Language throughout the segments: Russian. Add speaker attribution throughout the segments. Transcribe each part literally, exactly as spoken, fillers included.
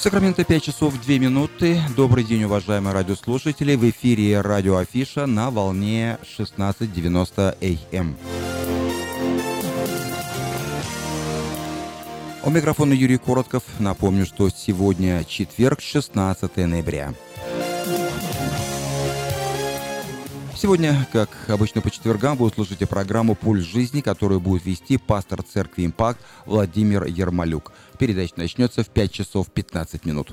Speaker 1: Сакраменто пять часов две минуты. Добрый день, уважаемые радиослушатели. В эфире радио Афиша на волне шестнадцать девяносто эй эм. У микрофона Юрий Коротков. Напомню, что сегодня четверг, шестнадцатое ноября. Сегодня, как обычно по четвергам, вы услышите программу «Пульс жизни», которую будет вести пастор церкви «Импакт» Владимир Ермолюк. Передача начнется в пять часов пятнадцать минут.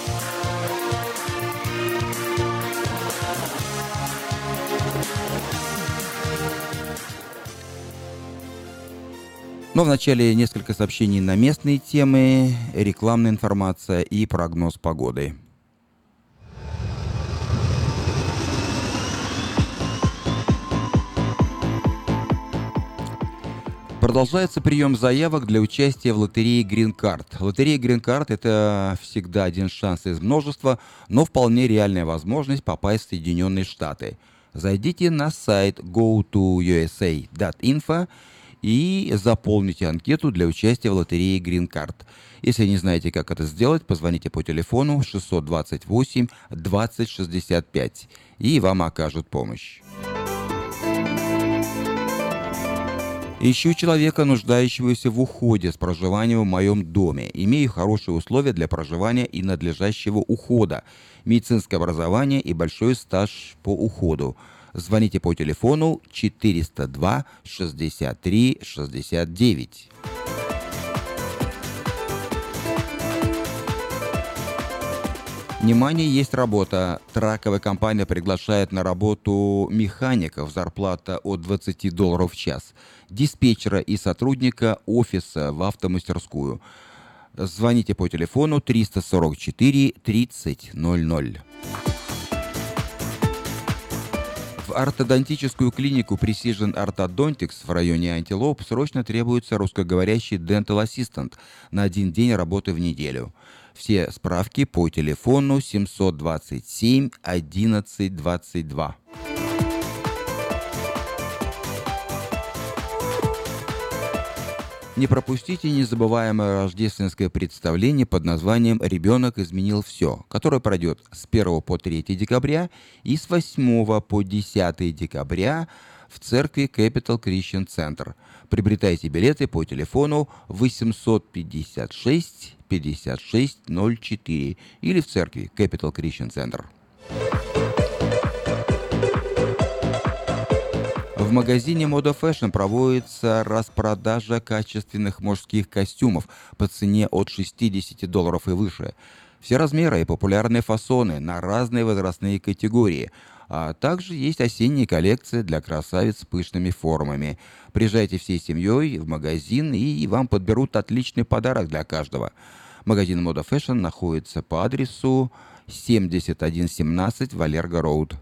Speaker 1: Но вначале несколько сообщений на местные темы, рекламная информация и прогноз погоды. Продолжается прием заявок для участия в лотерее Green Card. Лотерея Green Card – это всегда один шанс из множества, но вполне реальная возможность попасть в Соединенные Штаты. Зайдите на сайт go to u s a dot info и заполните анкету для участия в лотерее Green Card. Если не знаете, как это сделать, позвоните по телефону шестьсот двадцать восемь двадцать шестьдесят пять, и вам окажут помощь. Ищу человека, нуждающегося в уходе с проживанием в моем доме. Имею хорошие условия для проживания и надлежащего ухода, медицинское образование и большой стаж по уходу. Звоните по телефону четыреста два шестьдесят три шестьдесят девять. Внимание, есть работа. Траковая компания приглашает на работу механиков, зарплата от двадцати долларов в час, диспетчера и сотрудника офиса в автомастерскую. Звоните по телефону триста сорок четыре тридцать ноль ноль. В ортодонтическую клинику Precision Orthodontics в районе Антилоп срочно требуется русскоговорящий dental assistant на один день работы в неделю. Все справки по телефону семьсот двадцать семь одиннадцать двадцать два. Не пропустите незабываемое рождественское представление под названием «Ребенок изменил все», которое пройдет с первого по третье декабря и с восьмого по десятое декабря в церкви Capital Christian Center. Приобретайте билеты по телефону восемьсот пятьдесят шесть пятьдесят шесть ноль четыре или в церкви Capital Christian Center. В магазине Moda Fashion проводится распродажа качественных мужских костюмов по цене от шестидесяти долларов и выше. Все размеры и популярные фасоны на разные возрастные категории. А также есть осенняя коллекция для красавиц с пышными формами. Приезжайте всей семьей в магазин, и вам подберут отличный подарок для каждого. Магазин Moda Fashion находится по адресу семьдесят один семнадцать Валерго Роуд.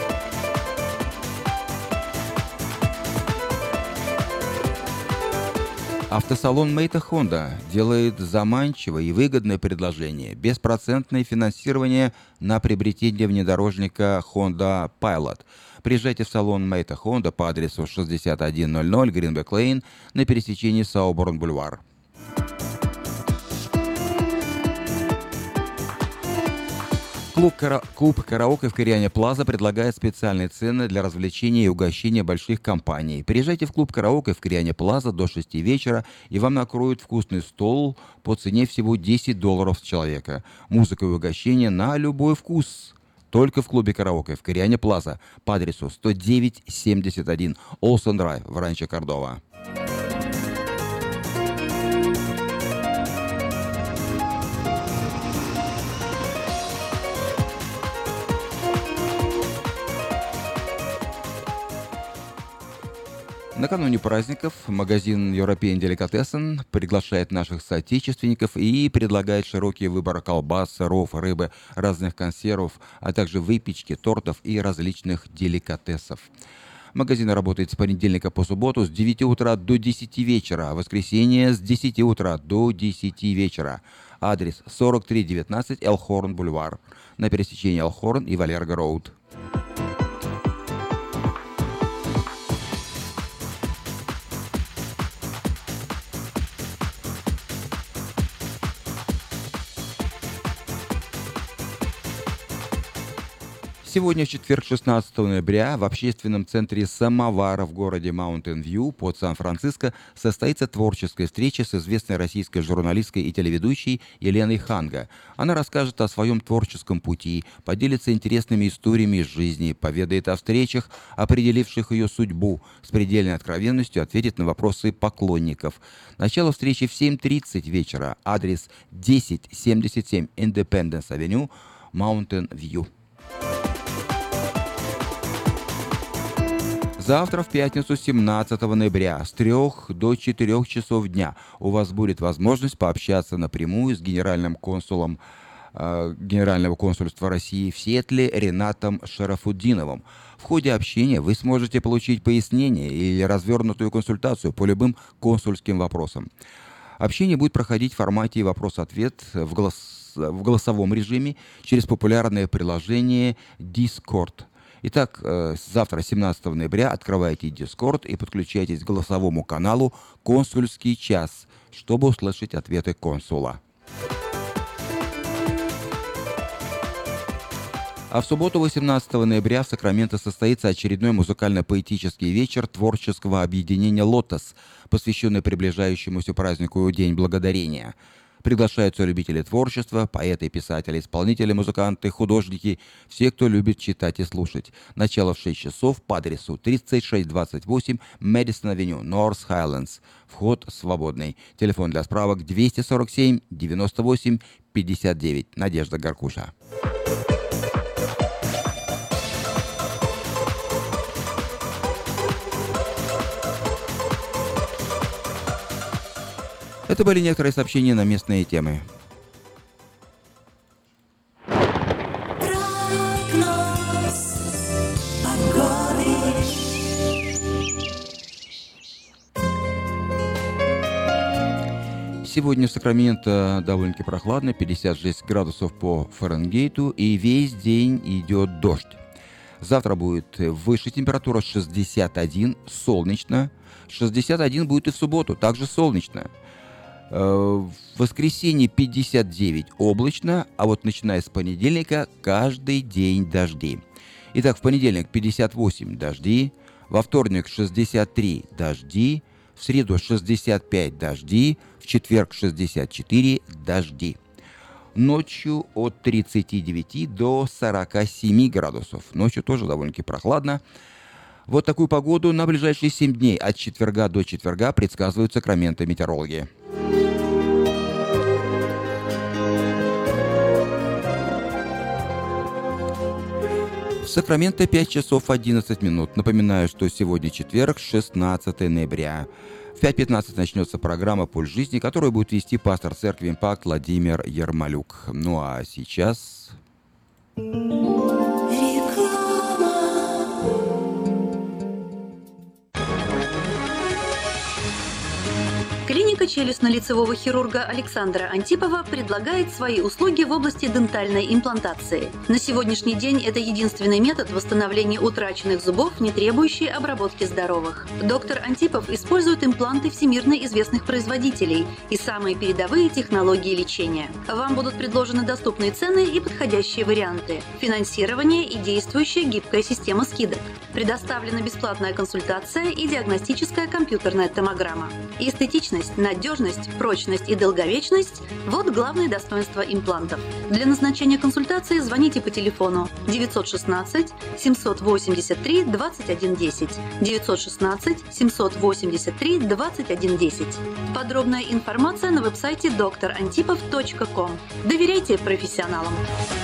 Speaker 1: Автосалон Мэйта Хонда делает заманчивое и выгодное предложение. Беспроцентное финансирование на приобретение внедорожника Honda Pilot. Приезжайте в салон Мэйта Хонда по адресу шестьдесят один ноль ноль Гринбек Лейн на пересечении Сауборн-Бульвар. Клуб, кара... Клуб «Караоке» в Кориане Плаза предлагает специальные цены для развлечения и угощения больших компаний. Приезжайте в клуб «Караоке» в Кориане Плаза до шести вечера, и вам накроют вкусный стол по цене всего десять долларов с человека. Музыка и угощение на любой вкус. Только в клубе «Караоке» в Кориане Плаза по адресу сто девять семьдесят один Олсен Драйв в Ранчо Кордова. Накануне праздников магазин European Delicatessen приглашает наших соотечественников и предлагает широкий выбор колбас, сыров, рыбы, разных консервов, а также выпечки, тортов и различных деликатесов. Магазин работает с понедельника по субботу с девяти утра до десяти вечера, а в воскресенье с десяти утра до десяти вечера. Адрес сорок три девятнадцать Элхорн Бульвар на пересечении Элхорн и Валерго Роуд. Сегодня, в четверг, шестнадцатого ноября, в общественном центре «Самовар» в городе Маунтин-Вью под Сан-Франциско состоится творческая встреча с известной российской журналисткой и телеведущей Еленой Ханга. Она расскажет о своем творческом пути, поделится интересными историями из жизни, поведает о встречах, определивших ее судьбу, с предельной откровенностью ответит на вопросы поклонников. Начало встречи в семь тридцать вечера. Адрес десять семьдесят семь Independence-авеню, Маунтин-Вью. Завтра, в пятницу, семнадцатого ноября, с трёх до четырёх часов дня у вас будет возможность пообщаться напрямую с генеральным консулом э, Генерального консульства России в Сиэтле Ренатом Шарафутдиновым. В ходе общения вы сможете получить пояснение или развернутую консультацию по любым консульским вопросам. Общение будет проходить в формате вопрос-ответ в, голос... в голосовом режиме через популярное приложение Discord. Итак, завтра, семнадцатого ноября, открывайте Discord и подключайтесь к голосовому каналу «Консульский час», чтобы услышать ответы консула. А в субботу, восемнадцатого ноября, в Сакраменто состоится очередной музыкально-поэтический вечер творческого объединения «Лотос», посвященный приближающемуся празднику День Благодарения. Приглашаются любители творчества, поэты, писатели, исполнители, музыканты, художники, все, кто любит читать и слушать. Начало в шесть часов по адресу тридцать шесть двадцать восемь Мэдисон-авеню, Норс Хайлендс. Вход свободный. Телефон для справок двести сорок семь девяносто восемь пятьдесят девять. Надежда Горкуша. Это были некоторые сообщения на местные темы. Сегодня в Сакраменто довольно-таки прохладно, пятьдесят шесть градусов по Фаренгейту, и весь день идет дождь. Завтра будет выше температура шестьдесят один, солнечно. шестьдесят один будет и в субботу, также солнечно. В воскресенье пятьдесят девять облачно, а вот начиная с понедельника каждый день дожди. Итак, в понедельник пятьдесят восемь дожди, во вторник шестьдесят три дожди, в среду шестьдесят пять дожди, в четверг шестьдесят четыре дожди. Ночью от тридцати девяти до сорока семи градусов. Ночью тоже довольно-таки прохладно. Вот такую погоду на ближайшие семь дней от четверга до четверга предсказывают Сакраменто метеорологи. В Сакраменто пять часов одиннадцать минут. Напоминаю, что сегодня четверг, шестнадцатого ноября. В пять пятнадцать начнется программа «Пульс жизни», которую будет вести пастор церкви «Импакт» Владимир Ермолюк. Ну а сейчас...
Speaker 2: Клиника челюстно-лицевого хирурга Александра Антипова предлагает свои услуги в области дентальной имплантации. На сегодняшний день это единственный метод восстановления утраченных зубов, не требующий обработки здоровых. Доктор Антипов использует импланты всемирно известных производителей и самые передовые технологии лечения. Вам будут предложены доступные цены и подходящие варианты, финансирование и действующая гибкая система скидок. Предоставлена бесплатная консультация и диагностическая компьютерная томограмма. Эстетичность, надежность, прочность и долговечность – вот главные достоинства имплантов. Для назначения консультации звоните по телефону девятьсот шестнадцать семьсот восемьдесят три двадцать один десять, девятьсот шестнадцать семьсот восемьдесят три двадцать один десять. Подробная информация на веб-сайте доктор антипов точка ком. Доверяйте профессионалам.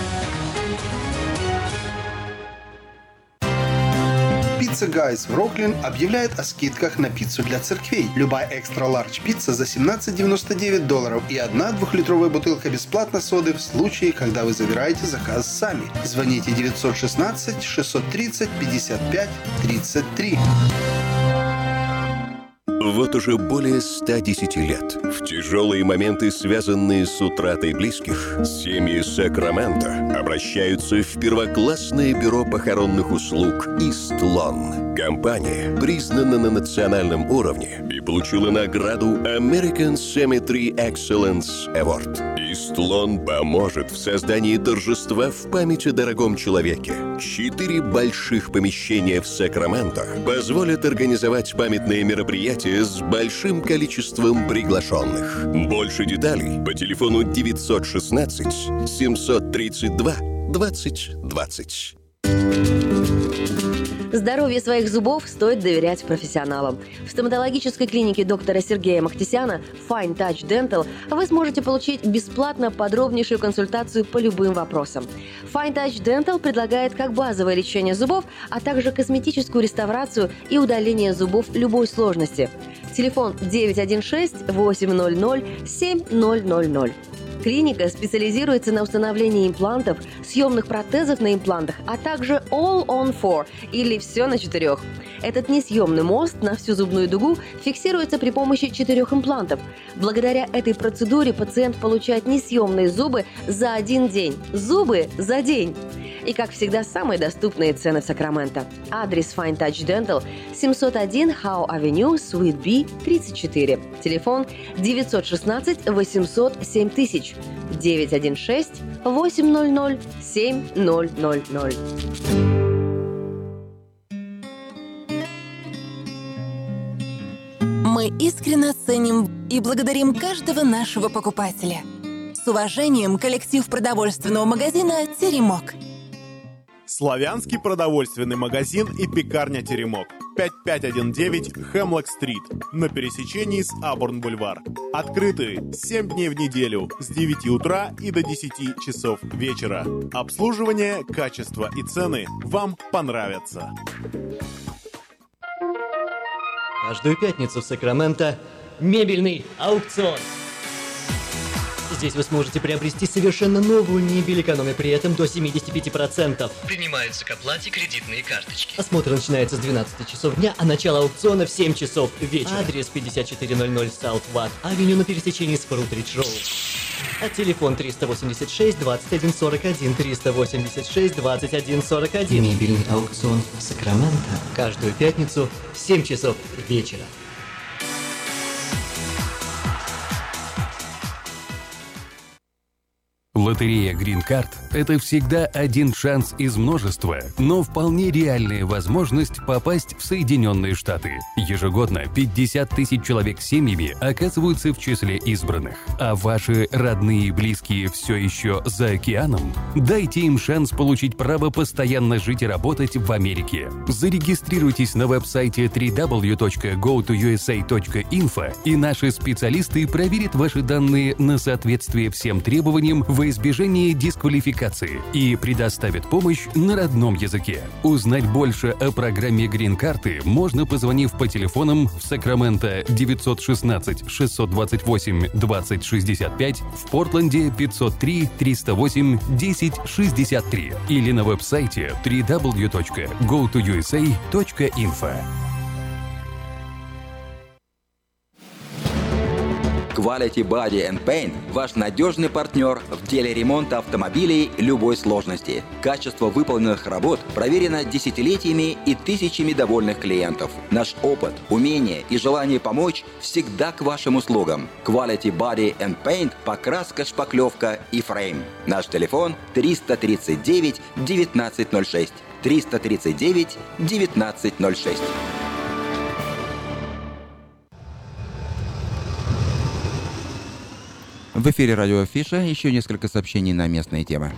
Speaker 3: Pizza Guys в Роклин объявляет о скидках на пиццу для церквей. Любая экстра-лардж пицца за семнадцать девяносто девять долларов и одна двухлитровая бутылка бесплатно соды в случае, когда вы забираете заказ сами. Звоните девятьсот шестнадцать шестьсот тридцать пятьдесят пять тридцать три.
Speaker 4: Вот уже более ста десяти лет, в тяжелые моменты, связанные с утратой близких, семьи Сакраменто обращаются в первоклассное бюро похоронных услуг «Истлон». Компания признана на национальном уровне и получила награду American Cemetery Excellence Award. «Истлон» поможет в создании торжества в память о дорогом человеке. Четыре больших помещения в Сакраменто позволят организовать памятные мероприятия с большим количеством приглашенных. Больше деталей по телефону девятьсот шестнадцать семьсот тридцать два двадцать двадцать.
Speaker 5: Здоровье своих зубов стоит доверять профессионалам. В стоматологической клинике доктора Сергея Махтисяна Fine Touch Dental вы сможете получить бесплатно подробнейшую консультацию по любым вопросам. Fine Touch Dental предлагает как базовое лечение зубов, а также косметическую реставрацию и удаление зубов любой сложности. Телефон девять один шесть восемь ноль ноль семь ноль ноль ноль. Клиника специализируется на установлении имплантов, съемных протезов на имплантах, а также All on Four или все на четырех. Этот несъемный мост на всю зубную дугу фиксируется при помощи четырех имплантов. Благодаря этой процедуре пациент получает несъемные зубы за один день. Зубы за день! И, как всегда, самые доступные цены в Сакраменто. Адрес Fine Touch Dental семьсот один Howe Avenue, Suite B, тридцать четыре. Телефон девятьсот шестнадцать восемьсот семь тысяч. девять один шесть восемь ноль ноль семь ноль ноль ноль.
Speaker 6: Мы искренне ценим и благодарим каждого нашего покупателя. С уважением, коллектив продовольственного магазина «Теремок».
Speaker 7: Славянский продовольственный магазин и пекарня «Теремок». пять пять один девять Хемлок-стрит на пересечении с Абурн-бульвар. Открыты семь дней в неделю с девяти утра и до десяти часов вечера. Обслуживание, качество и цены вам понравятся.
Speaker 8: Каждую пятницу в Сакраменто мебельный аукцион. Здесь вы сможете приобрести совершенно новую мебель, экономя при этом до семьдесят пять процентов. Принимаются к оплате кредитные карточки. Осмотр начинается с двенадцати часов дня, а начало аукциона в семь часов вечера. Адрес пятьдесят четыре ноль ноль South Watt Avenue на пересечении с Фрутридж Роуд. А телефон триста восемьдесят шесть двадцать один сорок один, триста восемьдесят шесть двадцать один сорок один. Мебельный аукцион в Сакраменто. Каждую пятницу в семь часов вечера.
Speaker 9: Лотерея Green Card – это всегда один шанс из множества, но вполне реальная возможность попасть в Соединенные Штаты. Ежегодно пятьдесят тысяч человек с семьями оказываются в числе избранных. А ваши родные и близкие все еще за океаном? Дайте им шанс получить право постоянно жить и работать в Америке. Зарегистрируйтесь на веб-сайте дабл ю дабл ю дабл ю точка гоу ту ю эс эй точка инфо, и наши специалисты проверят ваши данные на соответствие всем требованиям в избежание дисквалификации и предоставят помощь на родном языке. Узнать больше о программе Green Card можно, позвонив по телефонам в Сакраменто девятьсот шестнадцать шестьсот двадцать восемь двадцать шестьдесят пять, в Портленде пятьсот три триста восемь десять шестьдесят три или на веб-сайте дабл ю дабл ю дабл ю точка гоу ту ю эс эй точка инфо.
Speaker 1: Quality Body and Paint – ваш надежный партнер в деле ремонта автомобилей любой сложности. Качество выполненных работ проверено десятилетиями и тысячами довольных клиентов. Наш опыт, умение и желание помочь всегда к вашим услугам. Quality Body and Paint – покраска, шпаклевка и фрейм. Наш телефон триста тридцать девять девятнадцать ноль шесть. триста тридцать девять девятнадцать ноль шесть. В эфире радио Афиша еще несколько сообщений на местные темы.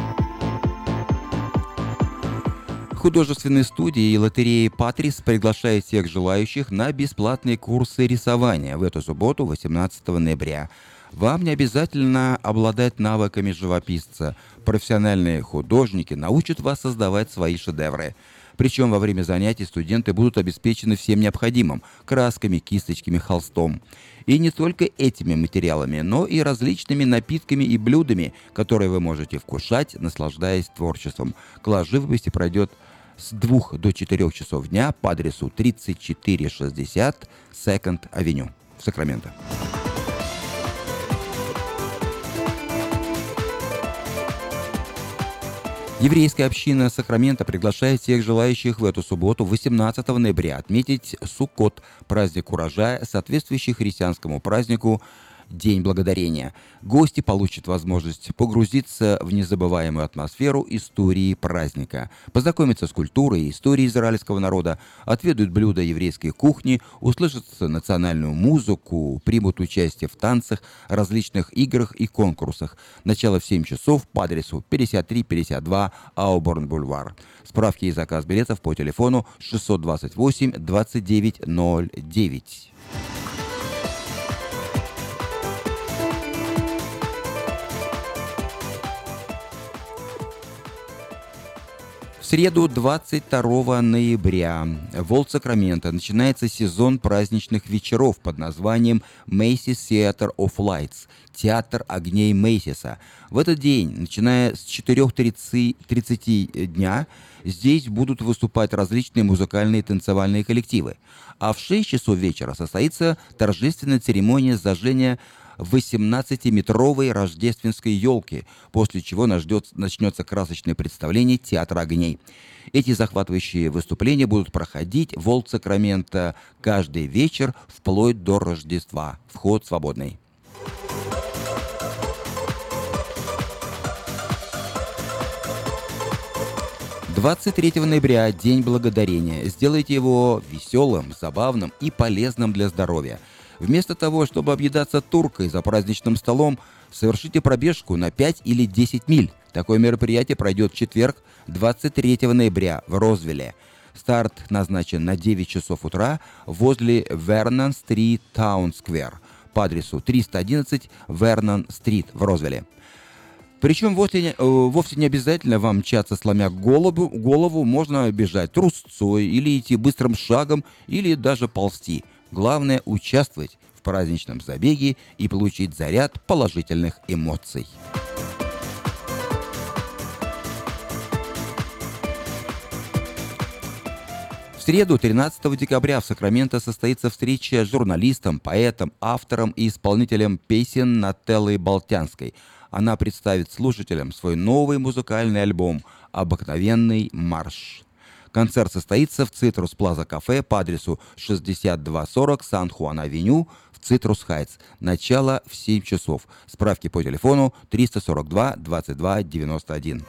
Speaker 1: Художественные студии и лотереи «Патрис» приглашают всех желающих на бесплатные курсы рисования в эту субботу, восемнадцатого ноября. Вам не обязательно обладать навыками живописца. Профессиональные художники научат вас создавать свои шедевры. Причем во время занятий студенты будут обеспечены всем необходимым – красками, кисточками, холстом. И не только этими материалами, но и различными напитками и блюдами, которые вы можете вкушать, наслаждаясь творчеством. Класс живописи пройдет с двух до четырёх часов дня по адресу тридцать четыре шестьдесят Second Avenue в Сакраменто. Еврейская община Сакрамента приглашает всех желающих в эту субботу, восемнадцатого ноября, отметить Суккот, праздник урожая, соответствующий христианскому празднику День Благодарения. Гости получат возможность погрузиться в незабываемую атмосферу истории праздника, познакомиться с культурой и историей израильского народа, отведают блюда еврейской кухни, услышат национальную музыку, примут участие в танцах, различных играх и конкурсах. Начало в семь часов по адресу пятьдесят три пятьдесят два Ауборн-Бульвар. Справки и заказ билетов по телефону шестьсот двадцать восемь двадцать девять ноль девять. В среду, двадцать второго ноября, в Олд Сакраменто начинается сезон праздничных вечеров под названием Macy's Theater of Lights – Театр огней Мейсиса. В этот день, начиная с четырёх тридцати дня, здесь будут выступать различные музыкальные и танцевальные коллективы. А в шесть часов вечера состоится торжественная церемония зажжения восемнадцатиметровой рождественской елки, после чего нас ждет, начнется красочное представление Театра огней. Эти захватывающие выступления будут проходить в Олд Сакраменто каждый вечер вплоть до Рождества. Вход свободный. двадцать третьего ноября – День Благодарения. Сделайте его веселым, забавным и полезным для здоровья. Вместо того, чтобы объедаться туркой за праздничным столом, совершите пробежку на пять или десять миль. Такое мероприятие пройдет в четверг, двадцать третьего ноября, в Розвилле. Старт назначен на девять часов утра возле Вернон-стрит Таун-сквер по адресу триста одиннадцать Вернон-стрит в Розвилле. Причем вовсе, э, вовсе не обязательно вам мчаться, сломя голову, голову, можно бежать трусцой или идти быстрым шагом, или даже ползти. Главное – участвовать в праздничном забеге и получить заряд положительных эмоций. В среду, тринадцатого декабря, в Сакраменто состоится встреча с журналистом, поэтом, автором и исполнителем песен Нателлой Болтянской. Она представит слушателям свой новый музыкальный альбом «Обыкновенный марш». Концерт состоится в Citrus Plaza кафе по адресу шестьдесят два сорок Сан-Хуан-авеню в Citrus Heights. Начало в семь часов. Справки по телефону триста сорок два двадцать два девяносто один.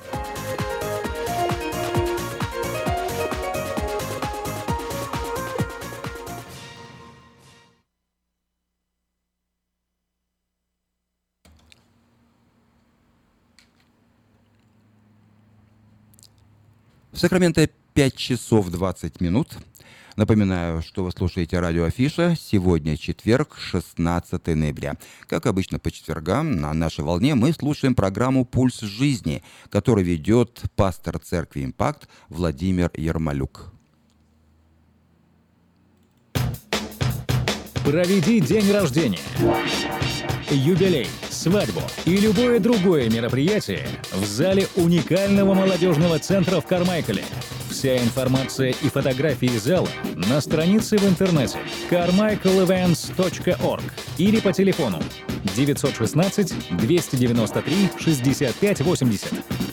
Speaker 1: В Сакраменто пять часов двадцать минут. Напоминаю, что вы слушаете радио Афиша. Сегодня четверг, шестнадцатого ноября. Как обычно по четвергам на нашей волне мы слушаем программу «Пульс жизни», которую ведет пастор церкви «Импакт» Владимир Ермолюк.
Speaker 10: Проведи день рождения, юбилей, свадьбу и любое другое мероприятие в зале уникального молодежного центра в Кармайкале. Вся информация и фотографии зала на странице в интернете кармайкл ивентс точка орг или по телефону девятьсот шестнадцать двести девяносто три шестьдесят пять восемьдесят.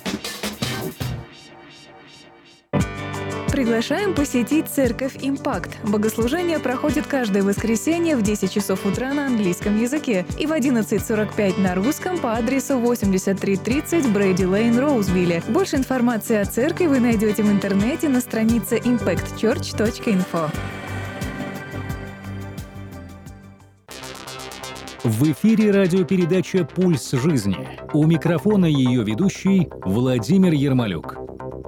Speaker 11: Приглашаем посетить церковь «Импакт». Богослужение проходит каждое воскресенье в десять часов утра на английском языке и в одиннадцать сорок пять на русском по адресу восемьдесят три тридцать Брейди Лейн, Роузвилле. Больше информации о церкви вы найдете в интернете на странице импакт черч точка инфо.
Speaker 10: В эфире радиопередача «Пульс жизни». У микрофона ее ведущий Владимир Ермолюк.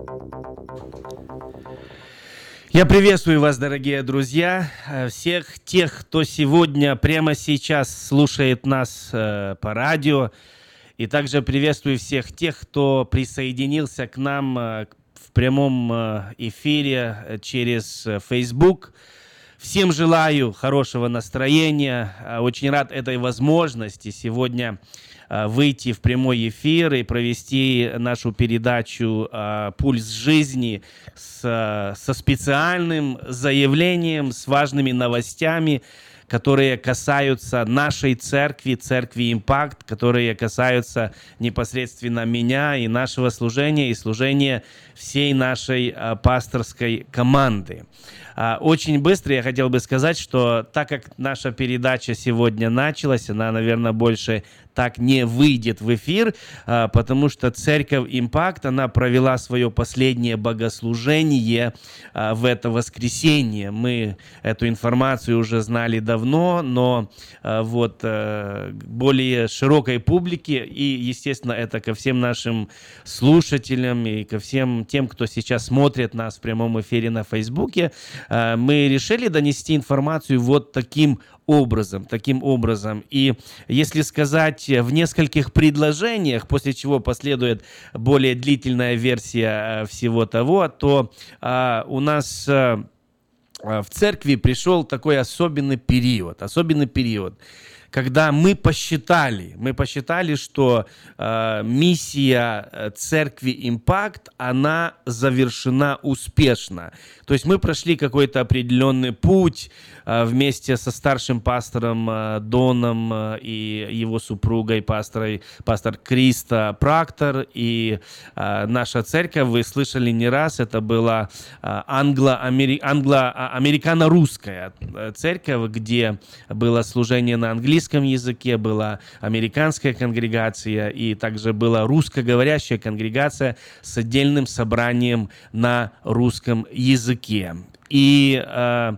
Speaker 12: Я приветствую вас, дорогие друзья, всех тех, кто сегодня, прямо сейчас слушает нас э, по радио, и также приветствую всех тех, кто присоединился к нам э, в прямом э, эфире через Facebook. Всем желаю хорошего настроения. Очень рад этой возможности сегодня выйти в прямой эфир и провести нашу передачу «Пульс жизни» с, со специальным заявлением, с важными новостями, которые касаются нашей церкви, церкви «Импакт», которые касаются непосредственно меня и нашего служения, и служения всей нашей а, пасторской команды. А, очень быстро я хотел бы сказать, что так как наша передача сегодня началась, она, наверное, больше так не выйдет в эфир, а, потому что церковь «Импакт», она провела свое последнее богослужение а, в это воскресенье. Мы эту информацию уже знали давно, но а, вот а, более широкой публике, и, естественно, это ко всем нашим слушателям и ко всем тем, кто сейчас смотрит нас в прямом эфире на Фейсбуке, а, мы решили донести информацию вот таким образом, таким образом. И если сказать в нескольких предложениях, после чего последует более длительная версия всего того, то а, у нас а, в церкви пришел такой особенный период, особенный период, когда мы посчитали, мы посчитали, что э, миссия церкви «Импакт», она завершена успешно. То есть мы прошли какой-то определенный путь э, вместе со старшим пастором э, Доном э, и его супругой, пасторой, пастор Криста Практор. И э, наша церковь, вы слышали не раз, это была э, англо-амери... англо-американо-русская церковь, где было служение на английском, английском языке, была американская конгрегация и также была русскоговорящая конгрегация с отдельным собранием на русском языке. И э,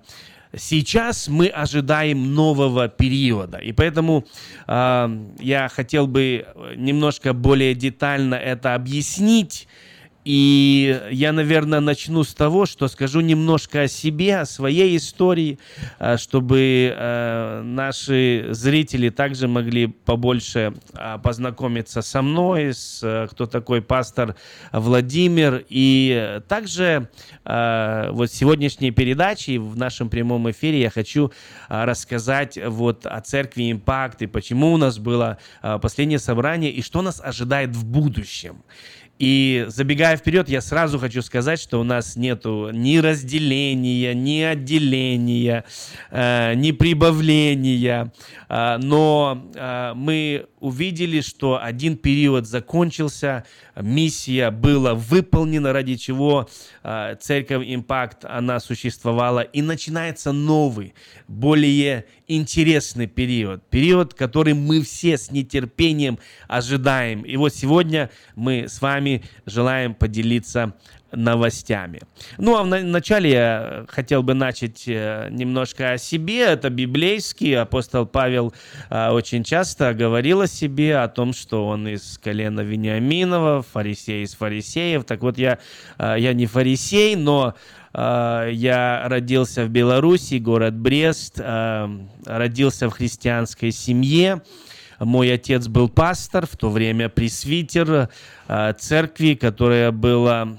Speaker 12: сейчас мы ожидаем нового периода, и поэтому э, я хотел бы немножко более детально это объяснить. И я, наверное, начну с того, что скажу немножко о себе, о своей истории, чтобы наши зрители также могли побольше познакомиться со мной, с кто такой пастор Владимир. И также вот в сегодняшней передаче, в нашем прямом эфире я хочу рассказать вот о церкви «Импакт» и почему у нас было последнее собрание и что нас ожидает в будущем. И забегая вперед, я сразу хочу сказать, что у нас нету ни разделения, ни отделения, э, ни прибавления, э, но э, мы увидели, что один период закончился, миссия была выполнена, ради чего э, церковь «Импакт», она существовала, и начинается новый, более интересный период, период, который мы все с нетерпением ожидаем. И вот сегодня мы с вами желаем поделиться новостями. Ну, а вначале я хотел бы начать немножко о себе. Это библейский. Апостол Павел очень часто говорил о себе, о том, что он из колена Вениаминова, фарисей из фарисеев. Так вот, я, я не фарисей, но я родился в Беларуси, город Брест, родился в христианской семье. Мой отец был пастор, в то время пресвитер церкви, которая была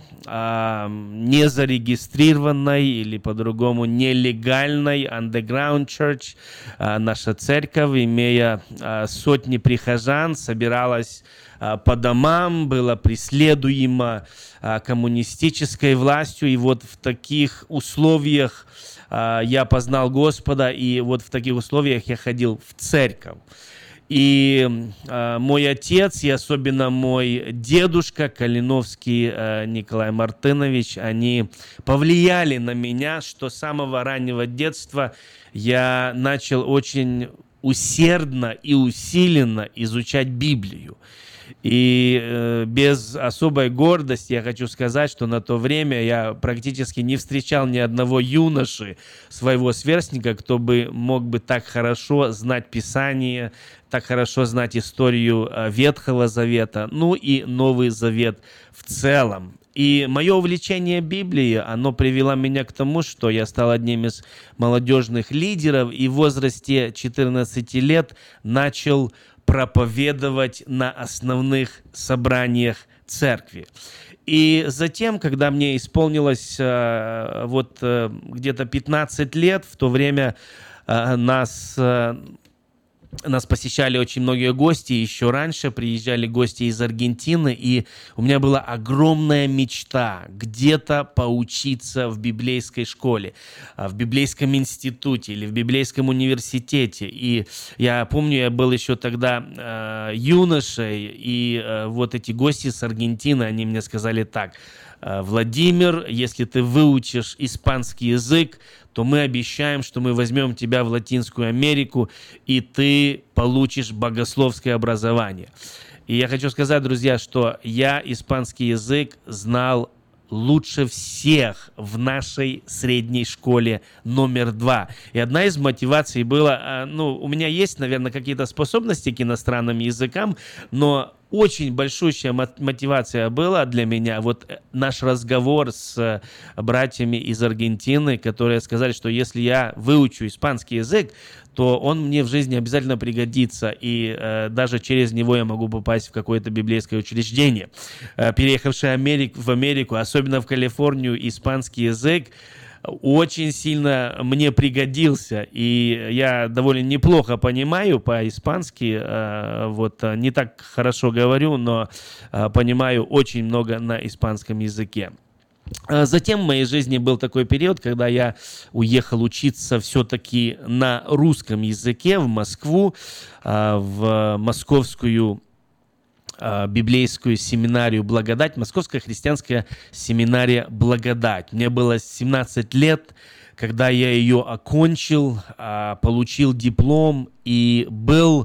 Speaker 12: не зарегистрированной или по-другому нелегальной, underground church. Наша церковь, имея сотни прихожан, собиралась по домам, была преследуема коммунистической властью. И вот в таких условиях я познал Господа, и вот в таких условиях я ходил в церковь. И э, мой отец, и особенно мой дедушка Калиновский э, Николай Мартынович, они повлияли на меня, что с самого раннего детства я начал очень усердно и усиленно изучать Библию. И э, без особой гордости я хочу сказать, что на то время я практически не встречал ни одного юноши, своего сверстника, кто бы мог бы так хорошо знать Писание, так хорошо знать историю э, Ветхого Завета, ну и Новый Завет в целом. И мое увлечение Библией, оно привело меня к тому, что я стал одним из молодежных лидеров и в возрасте четырнадцати лет начал проповедовать на основных собраниях церкви. И затем, когда мне исполнилось э, вот э, где-то пятнадцать лет, в то время э, нас... Э, Нас посещали очень многие гости, еще раньше приезжали гости из Аргентины, и у меня была огромная мечта где-то поучиться в библейской школе, в библейском институте или в библейском университете. И я помню, я был еще тогда э, юношей, и э, вот эти гости с Аргентины, они мне сказали так: Владимир, если ты выучишь испанский язык, то мы обещаем, что мы возьмем тебя в Латинскую Америку, и ты получишь богословское образование. И я хочу сказать, друзья, что я испанский язык знал лучше всех в нашей средней школе номер два. И одна из мотиваций была, ну, у меня есть, наверное, какие-то способности к иностранным языкам, но очень большущая мотивация была для меня вот наш разговор с братьями из Аргентины, которые сказали, что если я выучу испанский язык, то он мне в жизни обязательно пригодится, и э, даже через него я могу попасть в какое-то библейское учреждение. Э, переехавший Америк, в Америку, особенно в Калифорнию, испанский язык очень сильно мне пригодился, и я довольно неплохо понимаю по-испански, э, вот не так хорошо говорю, но э, понимаю очень много на испанском языке. Затем в моей жизни был такой период, когда я уехал учиться все-таки на русском языке в Москву, э, в московскую библейскую семинарию «Благодать», Московская христианская семинария «Благодать». Мне было семнадцать лет, когда я ее окончил, получил диплом и был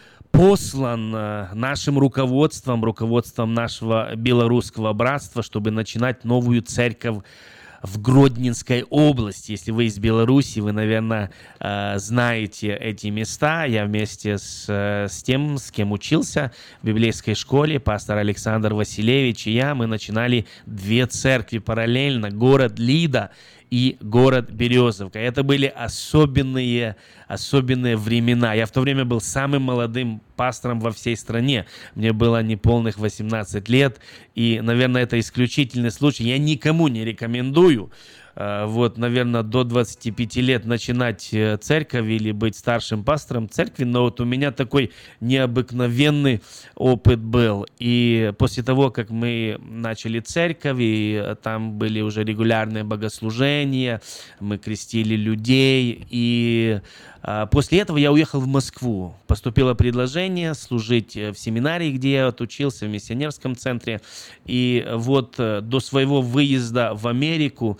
Speaker 12: послан нашим руководством, руководством нашего белорусского братства, чтобы начинать новую церковь в Гродненской области. Если вы из Беларуси, вы, наверное, знаете эти места. Я вместе с, с тем, с кем учился в библейской школе, пастор Александр Василевич и я, мы начинали две церкви параллельно, город Лида и город Березовка. Это были особенные, особенные времена. Я в то время был самым молодым пастором во всей стране. Мне было неполных восемнадцать лет, и, наверное, это исключительный случай. Я никому не рекомендую вот, наверное, до двадцати пяти лет начинать церковь или быть старшим пастором церкви, но вот у меня такой необыкновенный опыт был. И после того, как мы начали церковь, и там были уже регулярные богослужения, мы крестили людей, и после этого я уехал в Москву. Поступило предложение служить в семинарии, где я отучился, в миссионерском центре. И вот до своего выезда в Америку,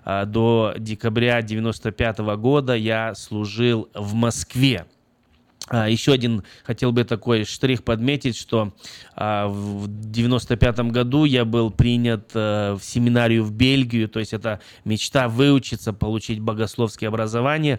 Speaker 12: до декабря девяносто пятого года, я служил в Москве. Еще один хотел бы такой штрих подметить, что в девяносто пятом году я был принят в семинарию в Бельгию, то есть это мечта выучиться, получить богословское образование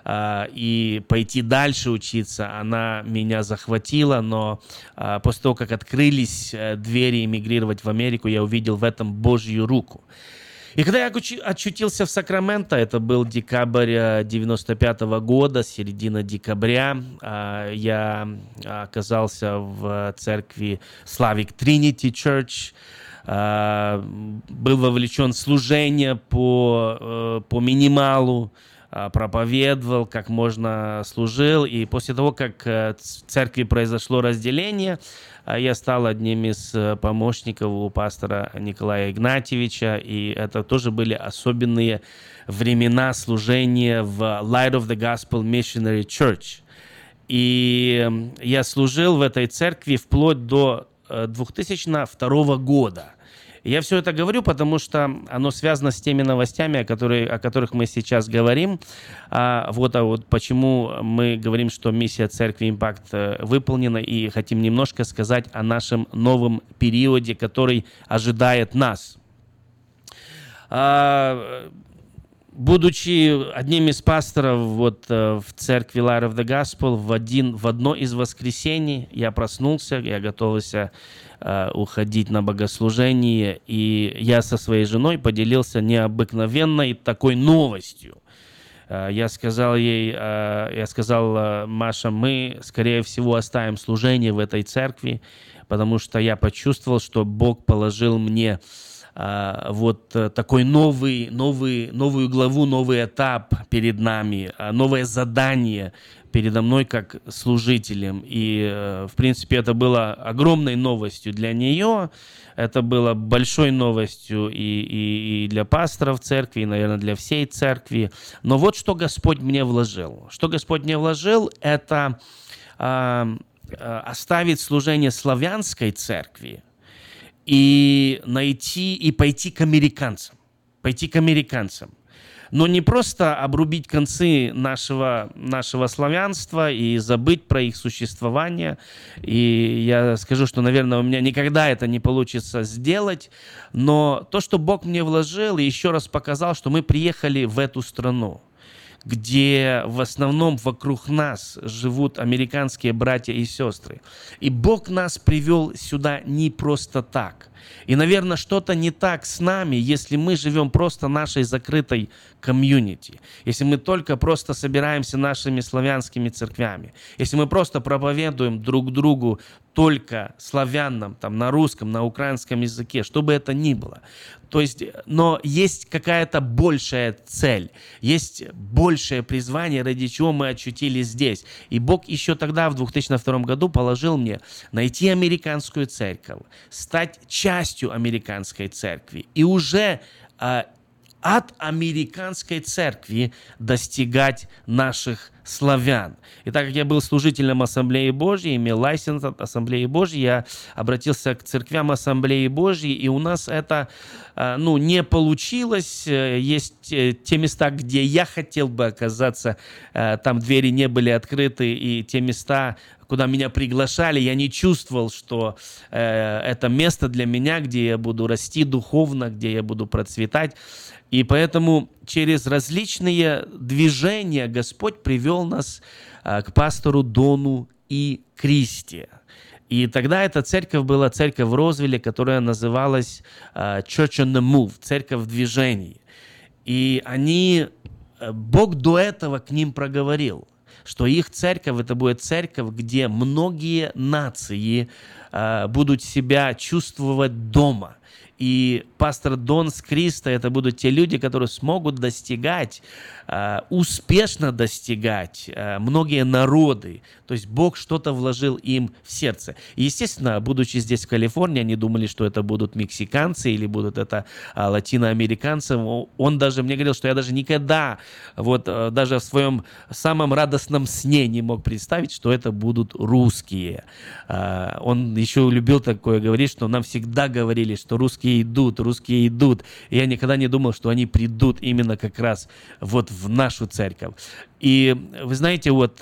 Speaker 12: и пойти дальше учиться. Она меня захватила, но после того, как открылись двери эмигрировать в Америку, я увидел в этом Божью руку. И когда я очутился в Сакраменто, это был декабрь девяносто пятого года, середина декабря, я оказался в церкви Slavic Trinity Church, был вовлечен в служение по, по минималу, проповедовал, как можно служил, и после того, как в церкви произошло разделение, я стал одним из помощников у пастора Николая Игнатьевича, и это тоже были особенные времена служения в Light of the Gospel Missionary Church. И я служил в этой церкви вплоть до две тысячи второго года. Я все это говорю, потому что оно связано с теми новостями, о, которые, о которых мы сейчас говорим. А вот, а вот почему мы говорим, что миссия Церкви Импакт выполнена, и хотим немножко сказать о нашем новом периоде, который ожидает нас. А, будучи одним из пасторов вот, в церкви Light of the Gospel, в, один, в одно из воскресений я проснулся, я готовился uh, уходить на богослужение, и я со своей женой поделился необыкновенной такой новостью. Я сказал ей, я сказал, Маша, мы, скорее всего, оставим служение в этой церкви, потому что я почувствовал, что Бог положил мне вот такой новый, новый, новую главу, новый этап перед нами, новое задание передо мной как служителем. И, в принципе, это было огромной новостью для нее, это было большой новостью и, и, и для пасторов церкви, и, наверное, для всей церкви. Но вот что Господь мне вложил. Что Господь мне вложил, это э, оставить служение славянской церкви и найти, и пойти к американцам. Пойти к американцам. Но не просто обрубить концы нашего, нашего славянства и забыть про их существование. И я скажу, что, наверное, у меня никогда это не получится сделать. Но то, что Бог мне вложил, и еще раз показал, что мы приехали в эту страну, где в основном вокруг нас живут американские братья и сестры. И Бог нас привел сюда не просто так. И, наверное, что-то не так с нами, если мы живем просто нашей закрытой комьюнити, если мы только просто собираемся нашими славянскими церквями, если мы просто проповедуем друг другу только славянам, там, на русском, на украинском языке, что бы это ни было. То есть, но есть какая-то большая цель, есть большее призвание, ради чего мы очутились здесь. И Бог еще тогда, в две тысячи втором году, положил мне найти американскую церковь, стать частью американской церкви и уже а, от американской церкви достигать наших славян. И так как я был служителем Ассамблеи Божьей, имел лайсенс от Ассамблеи Божьей, я обратился к церквям Ассамблеи Божьей, и у нас это ну, не получилось. Есть те места, где я хотел бы оказаться, там двери не были открыты, и те места, куда меня приглашали, я не чувствовал, что э, это место для меня, где я буду расти духовно, где я буду процветать. И поэтому через различные движения Господь привел нас э, к пастору Дону и Кристи. И тогда эта церковь была церковь в Розвилле, которая называлась э, Church on the Move, церковь в движении. И они, Бог до этого к ним проговорил, что их церковь, это будет церковь, где многие нации э, будут себя чувствовать дома. И пастор Дон с Кристо, это будут те люди, которые смогут достигать, э, успешно достигать э, многие народы. То есть Бог что-то вложил им в сердце. И, естественно, будучи здесь, в Калифорнии, они думали, что это будут мексиканцы или будут это э, латиноамериканцы. Он даже мне говорил, что я даже никогда, вот э, даже в своем самом радостном сне не мог представить, что это будут русские. Э, он еще любил такое говорить, что нам всегда говорили, что русские идут, русские идут. И я никогда не думал, что они придут именно как раз вот в нашу церковь. И вы знаете, вот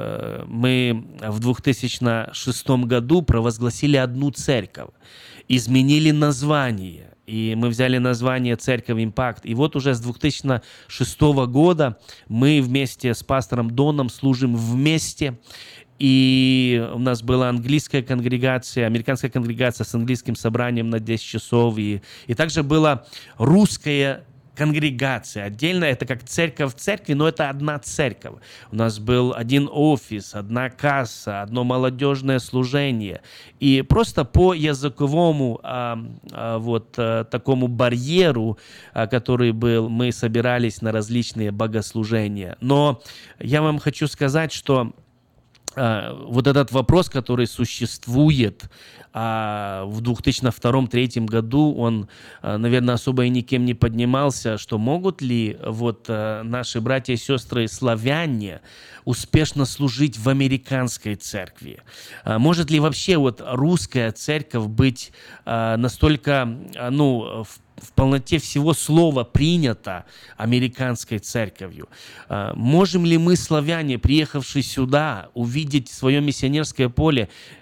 Speaker 12: мы в две тысячи шестом году провозгласили одну церковь, изменили название. И мы взяли название «Церковь Импакт». И вот уже с две тысячи шестого года мы вместе с пастором Доном служим вместе. И у нас была английская конгрегация, американская конгрегация с английским собранием на десять часов. И, и также была русская конгрегация. Отдельно это как церковь в церкви, но это одна церковь. У нас был один офис, одна касса, одно молодежное служение. И просто по языковому а, а, вот а, такому барьеру, а, который был, мы собирались на различные богослужения. Но я вам хочу сказать, что вот этот вопрос, который существует а, в две тысячи втором — две тысячи третьем году, он, наверное, особо и никем не поднимался, что могут ли вот наши братья и сестры славяне успешно служить в американской церкви? Может ли вообще вот русская церковь быть настолько, ну, в в полноте всего слова принято американской церковью? Можем ли мы, славяне, приехавшие сюда, увидеть свое миссионерское поле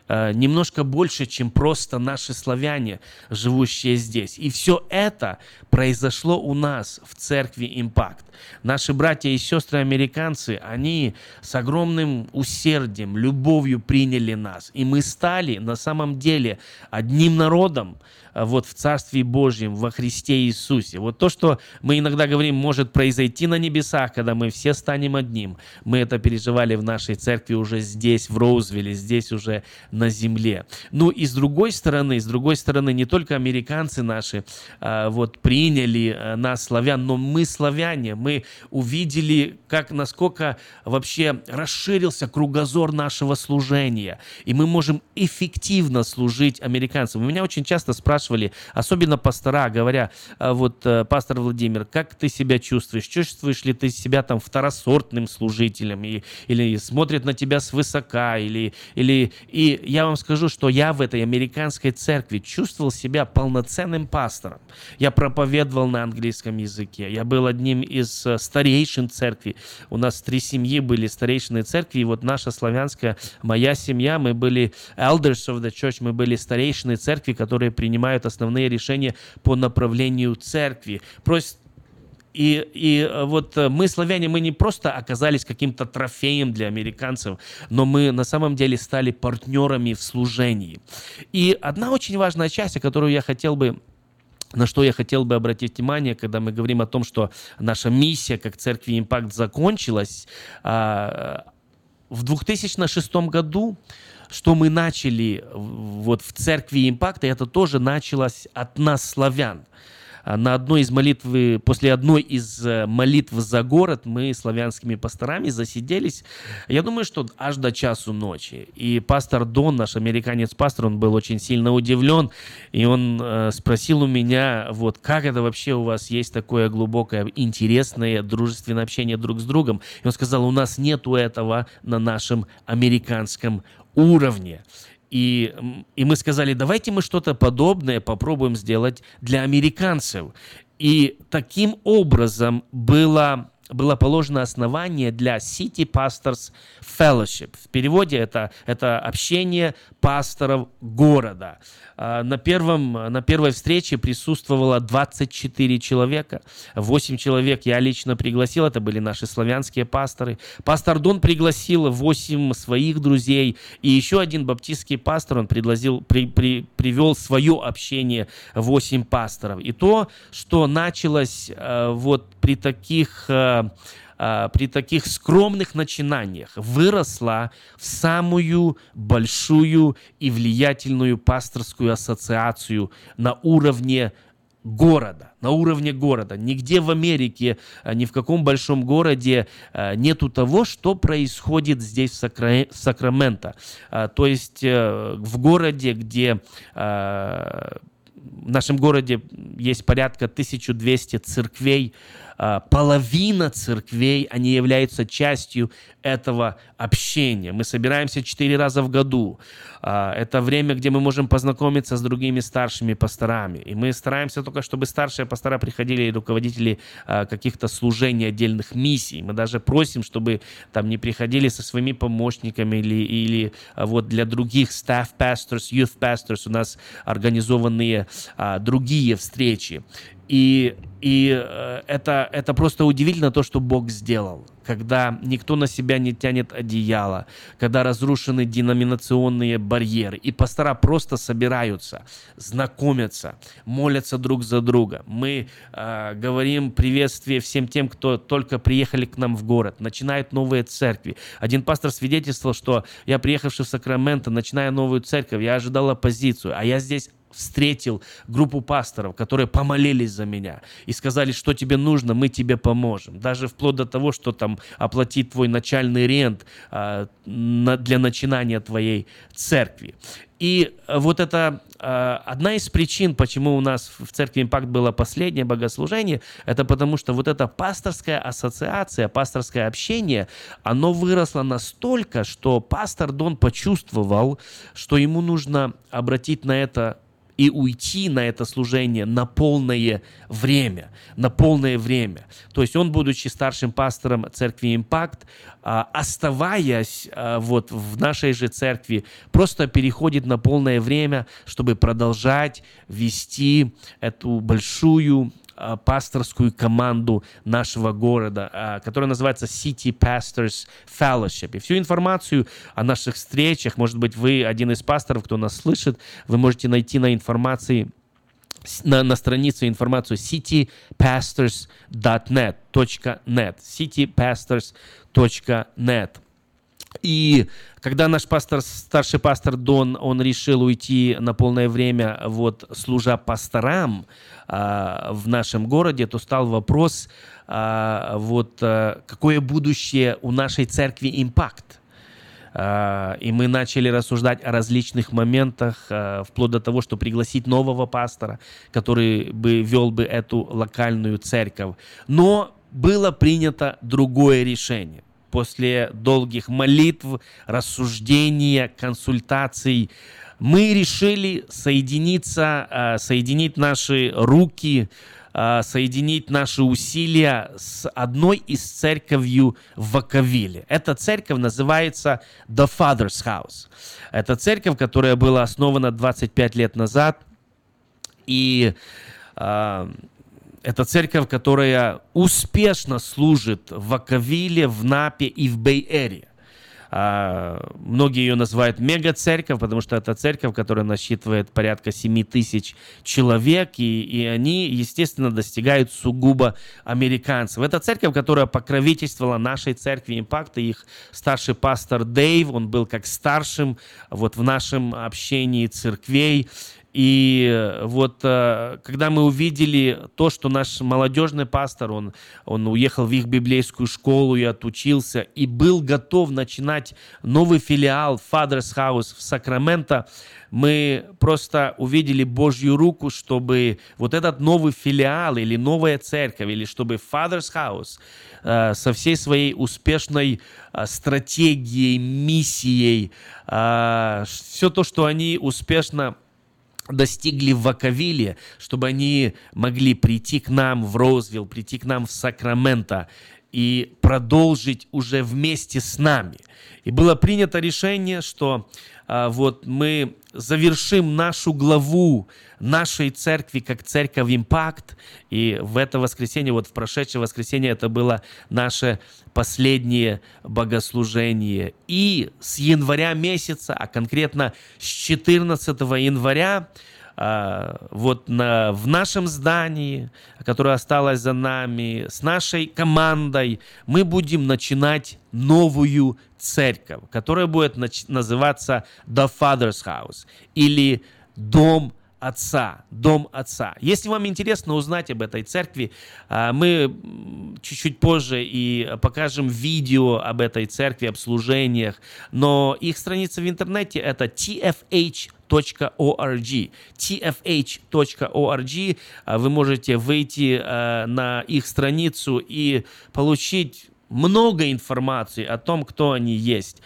Speaker 12: э, немножко больше, чем просто наши славяне, живущие здесь. И все это произошло у нас в церкви «Импакт». Наши братья и сестры американцы, они с огромным усердием, любовью приняли нас. И мы стали на самом деле одним народом, вот в Царстве Божьем, во Христе Иисусе. Вот то, что мы иногда говорим, может произойти на небесах, когда мы все станем одним. Мы это переживали в нашей церкви уже здесь, в Роузвилле, здесь уже на земле. Ну и с другой стороны, с другой стороны, не только американцы наши а, вот приняли а, нас, славян, но мы, славяне, мы увидели, как, насколько вообще расширился кругозор нашего служения. И мы можем эффективно служить американцам. У меня очень часто спрашивают, особенно пастора, говоря, вот, пастор Владимир, как ты себя чувствуешь? Чувствуешь ли ты себя там второсортным служителем? И, или смотрят на тебя свысока? Или, или... И я вам скажу, что я в этой американской церкви чувствовал себя полноценным пастором. Я проповедовал на английском языке. Я был одним из старейшин церкви. У нас три семьи были старейшины церкви. И вот наша славянская, моя семья, мы были elders of the church, мы были старейшины церкви, которые принимают основные решения по направлению церкви. Просто И, и вот мы, славяне, мы не просто оказались каким-то трофеем для американцев, но мы на самом деле стали партнерами в служении. И одна очень важная часть, о которой я хотел бы на что я хотел бы обратить внимание, когда мы говорим о том, что наша миссия как церкви «Импакт» закончилась, в две тысячи шестом году, что мы начали вот в церкви «Импакт», и это тоже началось от нас, славян. На одной из молитв, после одной из молитв за город мы славянскими пасторами засиделись, я думаю, что аж до часу ночи. И пастор Дон, наш американец-пастор, он был очень сильно удивлен, и он э, спросил у меня, вот, как это вообще у вас есть такое глубокое, интересное, дружественное общение друг с другом. И он сказал, у нас нету этого на нашем американском уровне. И, и мы сказали, давайте мы что-то подобное попробуем сделать для американцев. И таким образом было, было положено основание для City Pastors Fellowship. В переводе это, это общение пасторов города. На, первом, на первой встрече присутствовало двадцать четыре человека. восемь человек я лично пригласил, это были наши славянские пасторы. Пастор Дон пригласил восемь своих друзей. И еще один баптистский пастор, он предложил, при, при, привел свое общение, восемь пасторов. И то, что началось вот при таких... при таких скромных начинаниях выросла в самую большую и влиятельную пасторскую ассоциацию на уровне города, на уровне города. Нигде в Америке, ни в каком большом городе нету того, что происходит здесь, в, Сакра... в Сакраменто. То есть в городе, где... В нашем городе есть порядка тысяча двести церквей. Половина церквей, они являются частью этого общения. Мы собираемся четыре раза в году. Это время, где мы можем познакомиться с другими старшими пасторами. И мы стараемся только, чтобы старшие пастора приходили и руководители каких-то служений, отдельных миссий. Мы даже просим, чтобы там не приходили со своими помощниками или, или вот для других staff pastors, youth pastors у нас организованные а, другие встречи. И, и э, это, это просто удивительно то, что Бог сделал, когда никто на себя не тянет одеяло, когда разрушены деноминационные барьеры, и пастора просто собираются, знакомятся, молятся друг за друга. Мы э, говорим приветствие всем тем, кто только приехали к нам в город, начинают новые церкви. Один пастор свидетельствовал, что я, приехавший в Сакраменто, начиная новую церковь, я ожидал оппозицию, а я здесь встретил группу пасторов, которые помолились за меня и сказали, что тебе нужно, мы тебе поможем. Даже вплоть до того, что там оплатить твой начальный рент а, на, для начинания твоей церкви. И вот это а, одна из причин, почему у нас в церкви «Импакт» было последнее богослужение, это потому что вот эта пасторская ассоциация, пасторское общение, оно выросло настолько, что пастор Дон почувствовал, что ему нужно обратить на это и уйти на это служение на полное время, на полное время. То есть он, будучи старшим пастором церкви «Импакт», оставаясь вот в нашей же церкви, просто переходит на полное время, чтобы продолжать вести эту большую пасторскую команду нашего города, которая называется City Pastors Fellowship. И всю информацию о наших встречах, может быть, вы один из пасторов, кто нас слышит, вы можете найти на информации на, на странице информацию сити пасторс точка нет, сити пасторс точка нет. И когда наш пастор, старший пастор Дон, он решил уйти на полное время, вот, служа пасторам а, в нашем городе, то стал вопрос, а, вот, а, какое будущее у нашей церкви «Импакт». А, и мы начали рассуждать о различных моментах, а, вплоть до того, что пригласить нового пастора, который бы вел бы эту локальную церковь. Но было принято другое решение. После долгих молитв, рассуждения, консультаций мы решили соединиться, соединить наши руки, соединить наши усилия с одной из церковью в Ваковиле. Эта церковь называется The Father's House. Это церковь, которая была основана двадцать пять лет назад, и это церковь, которая успешно служит в Ваковиле, в Напе и в Бэй-Эре. А, многие ее называют мега-церковь, потому что это церковь, которая насчитывает порядка семь тысяч человек, и, и они, естественно, достигают сугубо американцев. Это церковь, которая покровительствовала нашей церкви «Импакт», и их старший пастор Дэйв, он был как старшим вот в нашем общении церквей. И вот когда мы увидели то, что наш молодежный пастор, он, он уехал в их библейскую школу и отучился, и был готов начинать новый филиал Father's House в Сакраменто, мы просто увидели Божью руку, чтобы вот этот новый филиал или новая церковь, или чтобы Father's House э, со всей своей успешной э, стратегией, миссией, э, все то, что они успешно достигли в Ваковиле, чтобы они могли прийти к нам в Роузвилл, прийти к нам в Сакраменто и продолжить уже вместе с нами. И было принято решение, что а, вот мы завершим нашу главу нашей церкви как церковь «Импакт». И в это воскресенье, вот в прошедшее воскресенье, это было наше последнее богослужение. И с января месяца, а конкретно с четырнадцатого января, вот на, в нашем здании, которое осталось за нами, с нашей командой, мы будем начинать новую церковь, которая будет нач- называться The Father's House или Дом Отца, Дом Отца. Если вам интересно узнать об этой церкви, мы чуть-чуть позже и покажем видео об этой церкви, об служениях, но их страница в интернете это ти эф эйч точка орг. ти эф эйч точка орг. Вы можете выйти на их страницу и получить много информации о том, кто они есть.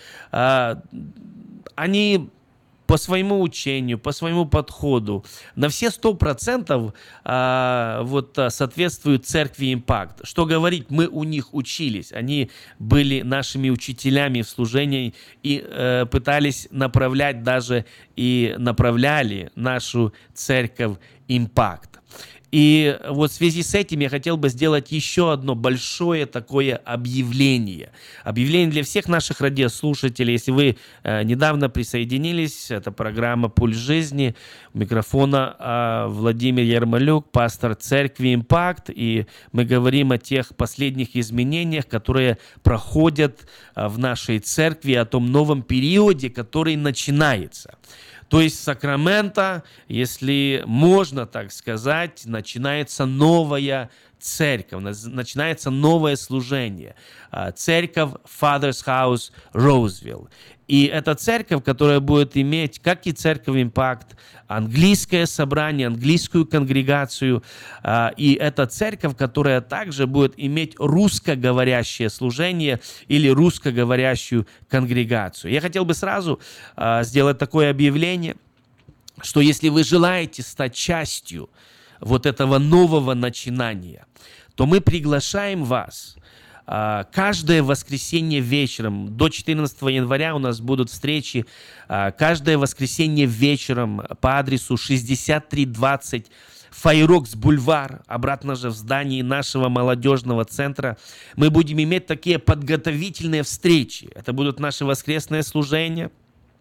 Speaker 12: Они по своему учению, по своему подходу на все сто процентов а, вот, соответствуют церкви «Импакт». Что говорить, мы у них учились. Они были нашими учителями в служении и э, пытались направлять даже и направляли нашу церковь «Импакт». И вот в связи с этим я хотел бы сделать еще одно большое такое объявление. Объявление для всех наших радиослушателей. Если вы э, недавно присоединились, это программа «Пульс жизни». У микрофона э, Владимир Ярмолюк, пастор церкви «Импакт». И мы говорим о тех последних изменениях, которые проходят э, в нашей церкви, о том новом периоде, который начинается. То есть в Сакраменто, если можно так сказать, начинается новая церковь, начинается новое служение. Церковь Father's House Роузвилл. И это церковь, которая будет иметь, как и церковь «Импакт», английское собрание, английскую конгрегацию. И это церковь, которая также будет иметь русскоговорящее служение или русскоговорящую конгрегацию. Я хотел бы сразу сделать такое объявление. что если вы желаете стать частью вот этого нового начинания, то мы приглашаем вас. Каждое воскресенье вечером, до четырнадцатого января у нас будут встречи. Каждое воскресенье вечером по адресу шестьдесят три двадцать Файрокс Бульвар, обратно же в здании нашего молодежного центра, мы будем иметь такие подготовительные встречи. Это будут наши воскресные служения,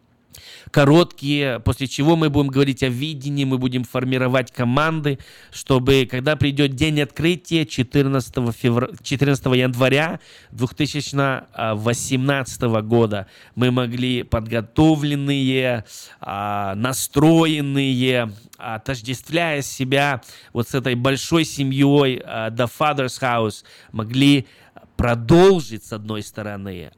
Speaker 12: короткие, после чего мы будем говорить о видении, мы будем формировать команды, чтобы, когда придет день открытия четырнадцатого января две тысячи восемнадцатого года, мы могли подготовленные, настроенные, отождествляя себя вот с этой большой семьей The Father's House, могли продолжить с одной стороны,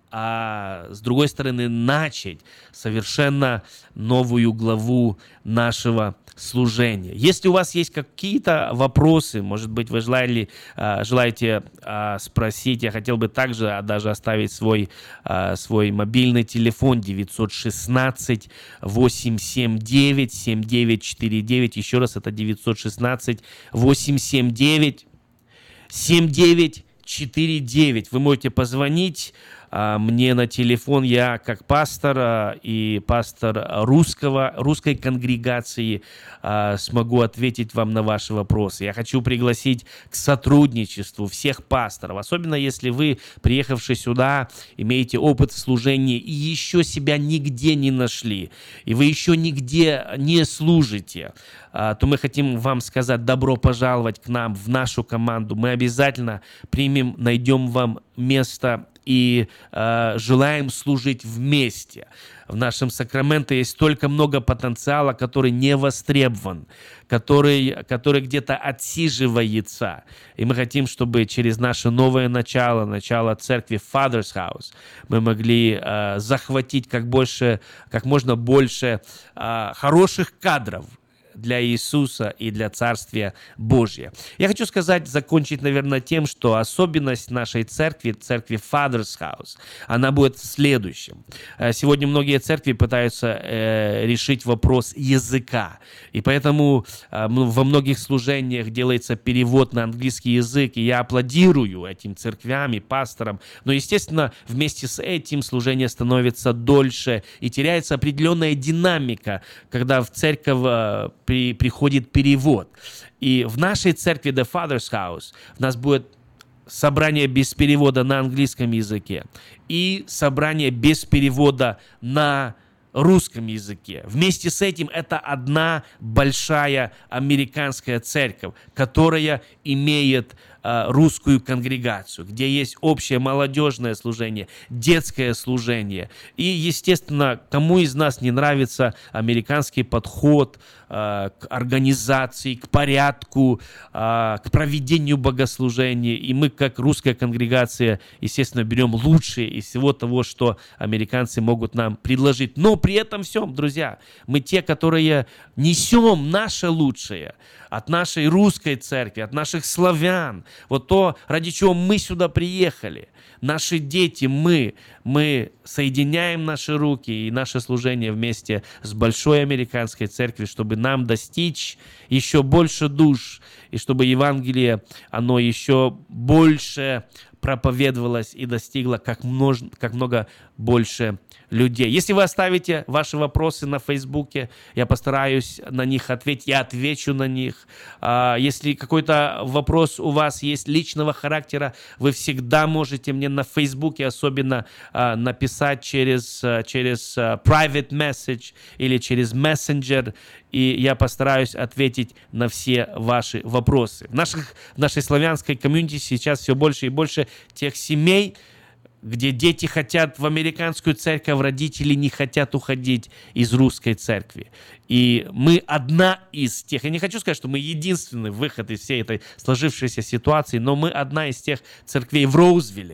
Speaker 12: а с другой стороны начать совершенно новую главу нашего служения. Если у вас есть какие-то вопросы, может быть, вы желали, желаете спросить, я хотел бы также даже оставить свой, свой мобильный телефон девятьсот шестнадцать восемьсот семьдесят девять семьдесят девять сорок девять, еще раз, это девятьсот шестнадцать восемьсот семьдесят девять семьдесят девять четыре девять. Вы можете позвонить а, мне на телефон. Я как пастор а, и пастор русского, русской конгрегации а, смогу ответить вам на ваши вопросы. Я хочу пригласить к сотрудничеству всех пасторов, особенно если вы, приехавшие сюда, имеете опыт в служении и еще себя нигде не нашли, и вы еще нигде не служите, то мы хотим вам сказать: добро пожаловать к нам, в нашу команду. Мы обязательно примем, найдем вам место и э, желаем служить вместе. В нашем Сакраменто есть столько много потенциала, который не востребован, который, который где-то отсиживается. И мы хотим, чтобы через наше новое начало, начало церкви Father's House, мы могли э, захватить как, больше, как можно больше э, хороших кадров для Иисуса и для Царствия Божия. Я хочу сказать, закончить, наверное, тем, что особенность нашей церкви, церкви Father's House, она будет в следующем. Сегодня многие церкви пытаются э, решить вопрос языка, и поэтому э, во многих служениях делается перевод на английский язык, и я аплодирую этим церквям и пасторам, но, естественно, вместе с этим служение становится дольше, и теряется определенная динамика, когда в церковь э, При, приходит перевод. И в нашей церкви The Father's House у нас будет собрание без перевода на английском языке и собрание без перевода на русском языке. Вместе с этим это одна большая американская церковь, которая имеет э, русскую конгрегацию, где есть общее молодежное служение, детское служение. И, естественно, кому из нас не нравится американский подход э, к организации, к порядку, э, к проведению богослужения. И мы, как русская конгрегация, естественно, берем лучшее из всего того, что американцы могут нам предложить. Но при этом всем, друзья, мы те, которые несем наше лучшее от нашей русской церкви, от наших славян, вот то, ради чего мы сюда приехали. Наши дети, мы, мы соединяем наши руки и наше служение вместе с большой американской церковью, чтобы нам достичь еще больше душ, и чтобы Евангелие, оно еще больше проповедовалось и достигло как, множ... как много больше людей. Если вы оставите ваши вопросы на Фейсбуке, я постараюсь на них ответить, я отвечу на них. Если какой-то вопрос у вас есть личного характера, вы всегда можете мне на Фейсбуке особенно написать через, через private message или через Messenger, и я постараюсь ответить на все ваши вопросы. В, наших, в нашей славянской комьюнити сейчас все больше и больше тех семей, где дети хотят в американскую церковь, родители не хотят уходить из русской церкви. И мы одна из тех, я не хочу сказать, что мы единственный выход из всей этой сложившейся ситуации, но мы одна из тех церквей в Роузвилле,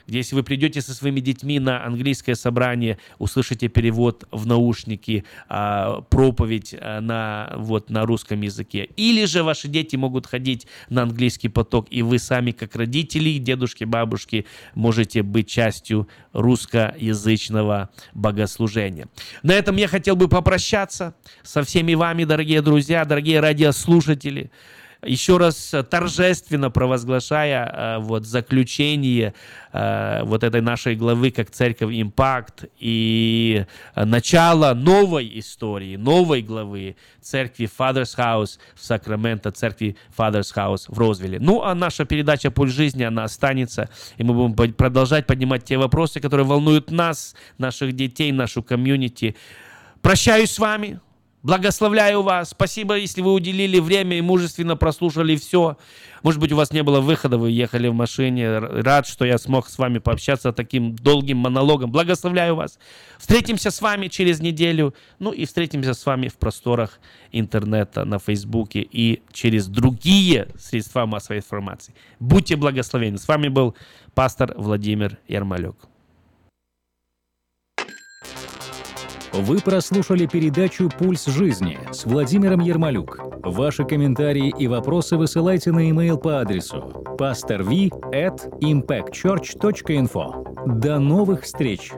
Speaker 12: где если вы придете со своими детьми на английское собрание, услышите перевод в наушники, проповедь на, вот, на русском языке. Или же ваши дети могут ходить на английский поток, и вы сами, как родители, дедушки, бабушки, можете быть частью русскоязычного богослужения. На этом я хотел бы попрощаться со всеми вами, дорогие друзья, дорогие радиослушатели. Еще раз торжественно провозглашая вот заключение вот этой нашей главы как Церковь Импакт и начало новой истории, новой главы Церкви Father's House в Сакраменто, Церкви Father's House в Розвилле. Ну, а наша передача «Пульс жизни», она останется, и мы будем продолжать поднимать те вопросы, которые волнуют нас, наших детей, нашу комьюнити. Прощаюсь с вами. Благословляю вас. Спасибо, если вы уделили время и мужественно прослушали все. Может быть, у вас не было выхода, вы ехали в машине. Рад, что я смог с вами пообщаться таким долгим монологом. Благословляю вас. Встретимся с вами через неделю. Ну и встретимся с вами в просторах интернета, на Фейсбуке и через другие средства массовой информации. Будьте благословенны. С вами был пастор Владимир Ярмолюк.
Speaker 10: Вы прослушали передачу «Пульс жизни» с Владимиром Ярмолюк. Ваши комментарии и вопросы высылайте на e-mail по адресу pastorv at impactchurch точка info. До новых встреч!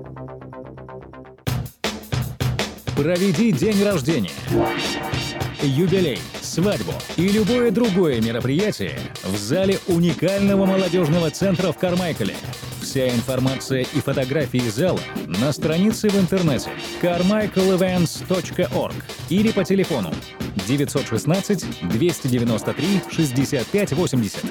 Speaker 10: Проведи день рождения, юбилей, свадьбу и любое другое мероприятие в зале уникального молодежного центра в Кармайкале. Вся информация и фотографии зала на странице в интернете кармайкл ивентс точка орг или по телефону девятьсот шестнадцать двести девяносто три шестьдесят пять восемьдесят.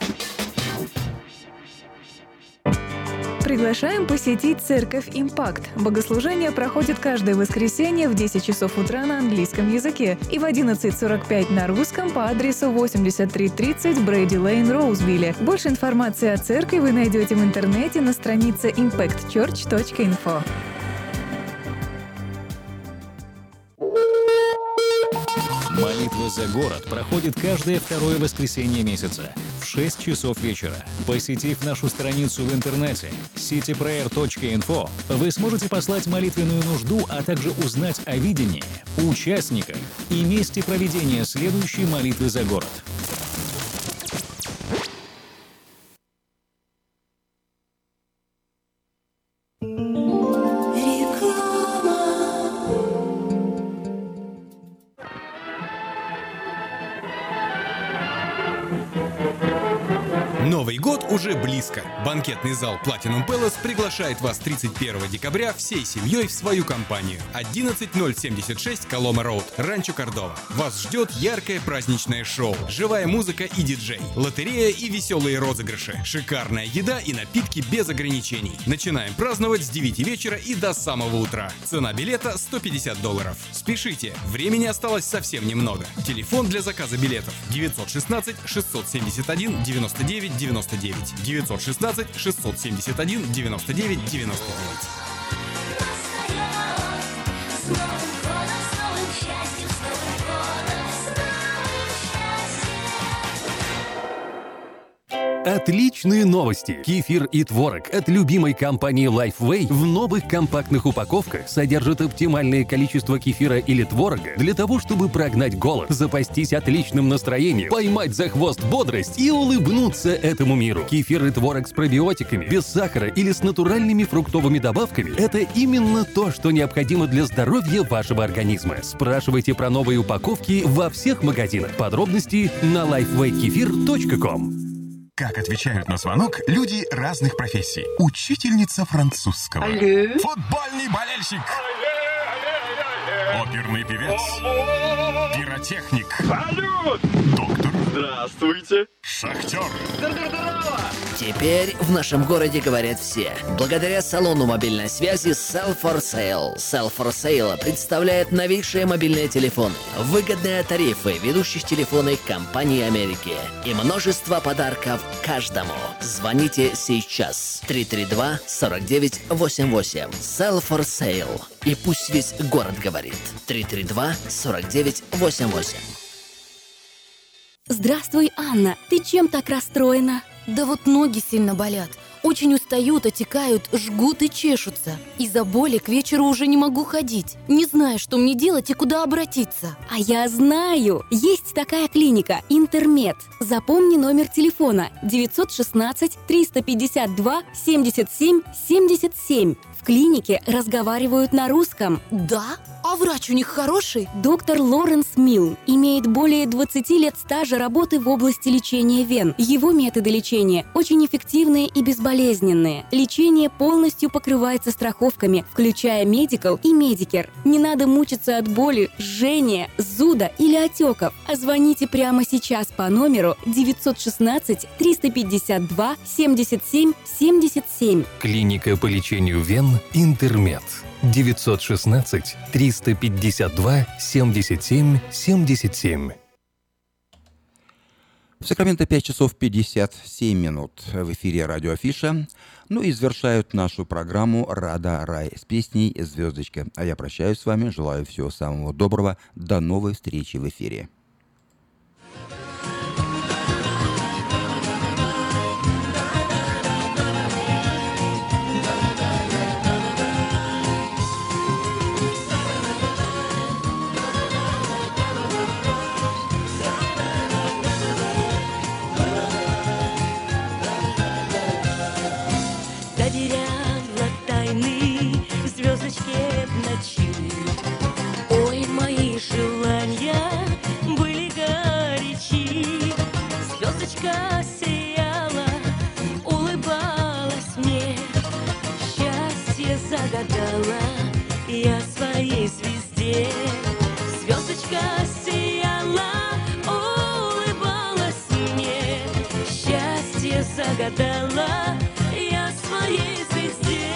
Speaker 11: Приглашаем посетить Церковь Импакт. Богослужение проходит каждое воскресенье в десять часов утра на английском языке и в одиннадцать сорок пять на русском по адресу восемьдесят три тридцать Брейди Лейн, Роузвилле. Больше информации о церкви вы найдете в интернете на странице импакт черч точка инфо.
Speaker 10: Молитва за город проходит каждое второе воскресенье месяца в шесть часов вечера. Посетив нашу страницу в интернете сити преер точка инфо, вы сможете послать молитвенную нужду, а также узнать о видении, участниках и месте проведения следующей молитвы за город.
Speaker 13: Новый год уже близко. Банкетный зал Platinum Palace приглашает вас тридцать первого декабря всей семьей в свою компанию. одиннадцать ноль семьдесят шесть Колома Роуд, Ранчо Кордова. Вас ждет яркое праздничное шоу, живая музыка и диджей, лотерея и веселые розыгрыши, шикарная еда и напитки без ограничений. Начинаем праздновать с девяти вечера и до самого утра. Цена билета сто пятьдесят долларов. Спешите, времени осталось совсем немного. Телефон для заказа билетов девятьсот шестнадцать шестьсот семьдесят один девяносто девять девяносто девять девятьсот шестнадцать шестьсот семьдесят один девяносто девять девяносто девять.
Speaker 9: Отличные новости! Кефир и творог от любимой компании Lifeway в новых компактных упаковках содержат оптимальное количество кефира или творога для того, чтобы прогнать голод, запастись отличным настроением, поймать за хвост бодрость и улыбнуться этому миру. Кефир и творог с пробиотиками, без сахара или с натуральными фруктовыми добавками – это именно то, что необходимо для здоровья вашего организма. Спрашивайте про новые упаковки во всех магазинах. Подробности на лайфвей кефир точка ком.
Speaker 14: Как отвечают на звонок люди разных профессий. Учительница французского.
Speaker 15: Алле.
Speaker 14: Футбольный болельщик. Алле. Оперный певец. Алло. Пиротехник.
Speaker 15: Салют.
Speaker 14: Доктор.
Speaker 15: Здравствуйте.
Speaker 14: Шахтер.
Speaker 15: Здорово.
Speaker 16: Теперь в нашем городе говорят все. Благодаря салону мобильной связи Sell for Sale. Sell for Sale представляет новейшие мобильные телефоны, выгодные тарифы ведущих телефонных компаний Америки и множество подарков каждому. Звоните сейчас. три три два сорок девять восемьдесят восемь. Sell for Sale. И пусть весь город говорит. три три два сорок девять восемьдесят восемь.
Speaker 17: Здравствуй, Анна. Ты чем так расстроена?
Speaker 18: Да вот ноги сильно болят.
Speaker 17: очень устают, отекают, жгут и чешутся. Из-за боли к вечеру уже не могу ходить. Не знаю, что мне делать и куда обратиться.
Speaker 18: А я знаю! Есть такая клиника «Интермед». Запомни номер телефона девятьсот шестнадцать триста пятьдесят два семьдесят семь семьдесят семь. В клинике разговаривают на русском.
Speaker 17: Да? А врач у них хороший?
Speaker 18: Доктор Лоренс Милн имеет более двадцати лет стажа работы в области лечения вен. Его методы лечения очень эффективные и безболезненные. Лечение полностью покрывается страховками, включая Medical и Medicare. Не надо мучиться от боли, жжения, зуда или отеков. А звоните прямо сейчас по номеру девятьсот шестнадцать триста пятьдесят два семьдесят семь семьдесят семь.
Speaker 9: Клиника по лечению вен «Интермед». девятьсот шестнадцать триста пятьдесят два семьдесят семь семьдесят семь.
Speaker 1: В Сакраменто пять часов пятьдесят семь минут. В эфире радио Афиша. Ну и завершают нашу программу «Рада Рай» с песней «Звездочка». А я прощаюсь с вами, желаю всего самого доброго. До новой встречи в эфире.
Speaker 19: Доверяла тайны звездочке в ночи. Ой, мои желания были горячи. Звездочка сияла, улыбалась мне. Счастье загадала я своей звезде. Звездочка сияла, улыбалась мне. Счастье загадала я своей звезде.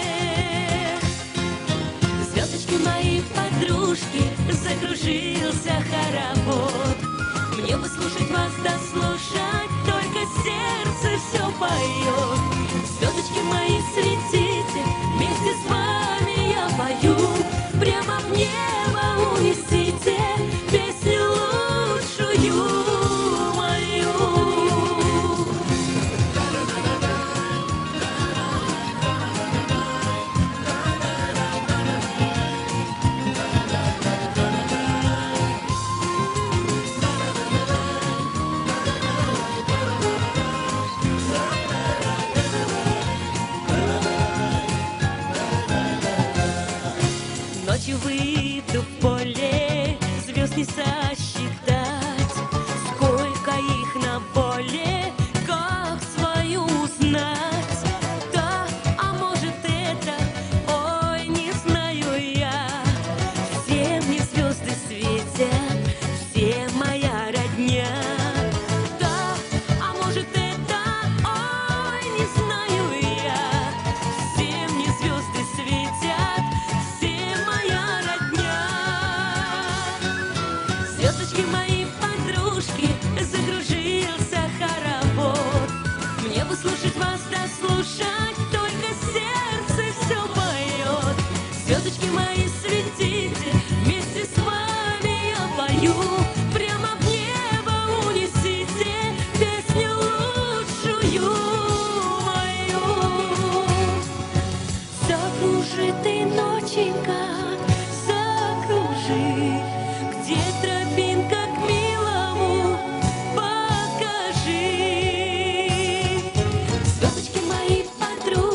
Speaker 19: Звездочки мои подружки, закружился хоровод. Мне бы слушать вас, да слушать, только сердце все поет. Звездочки мои, светите, вместе с вами я пою. Прямо в небо унесите песню лучшую мою. Ночью выйду в поле, звезд не сойти.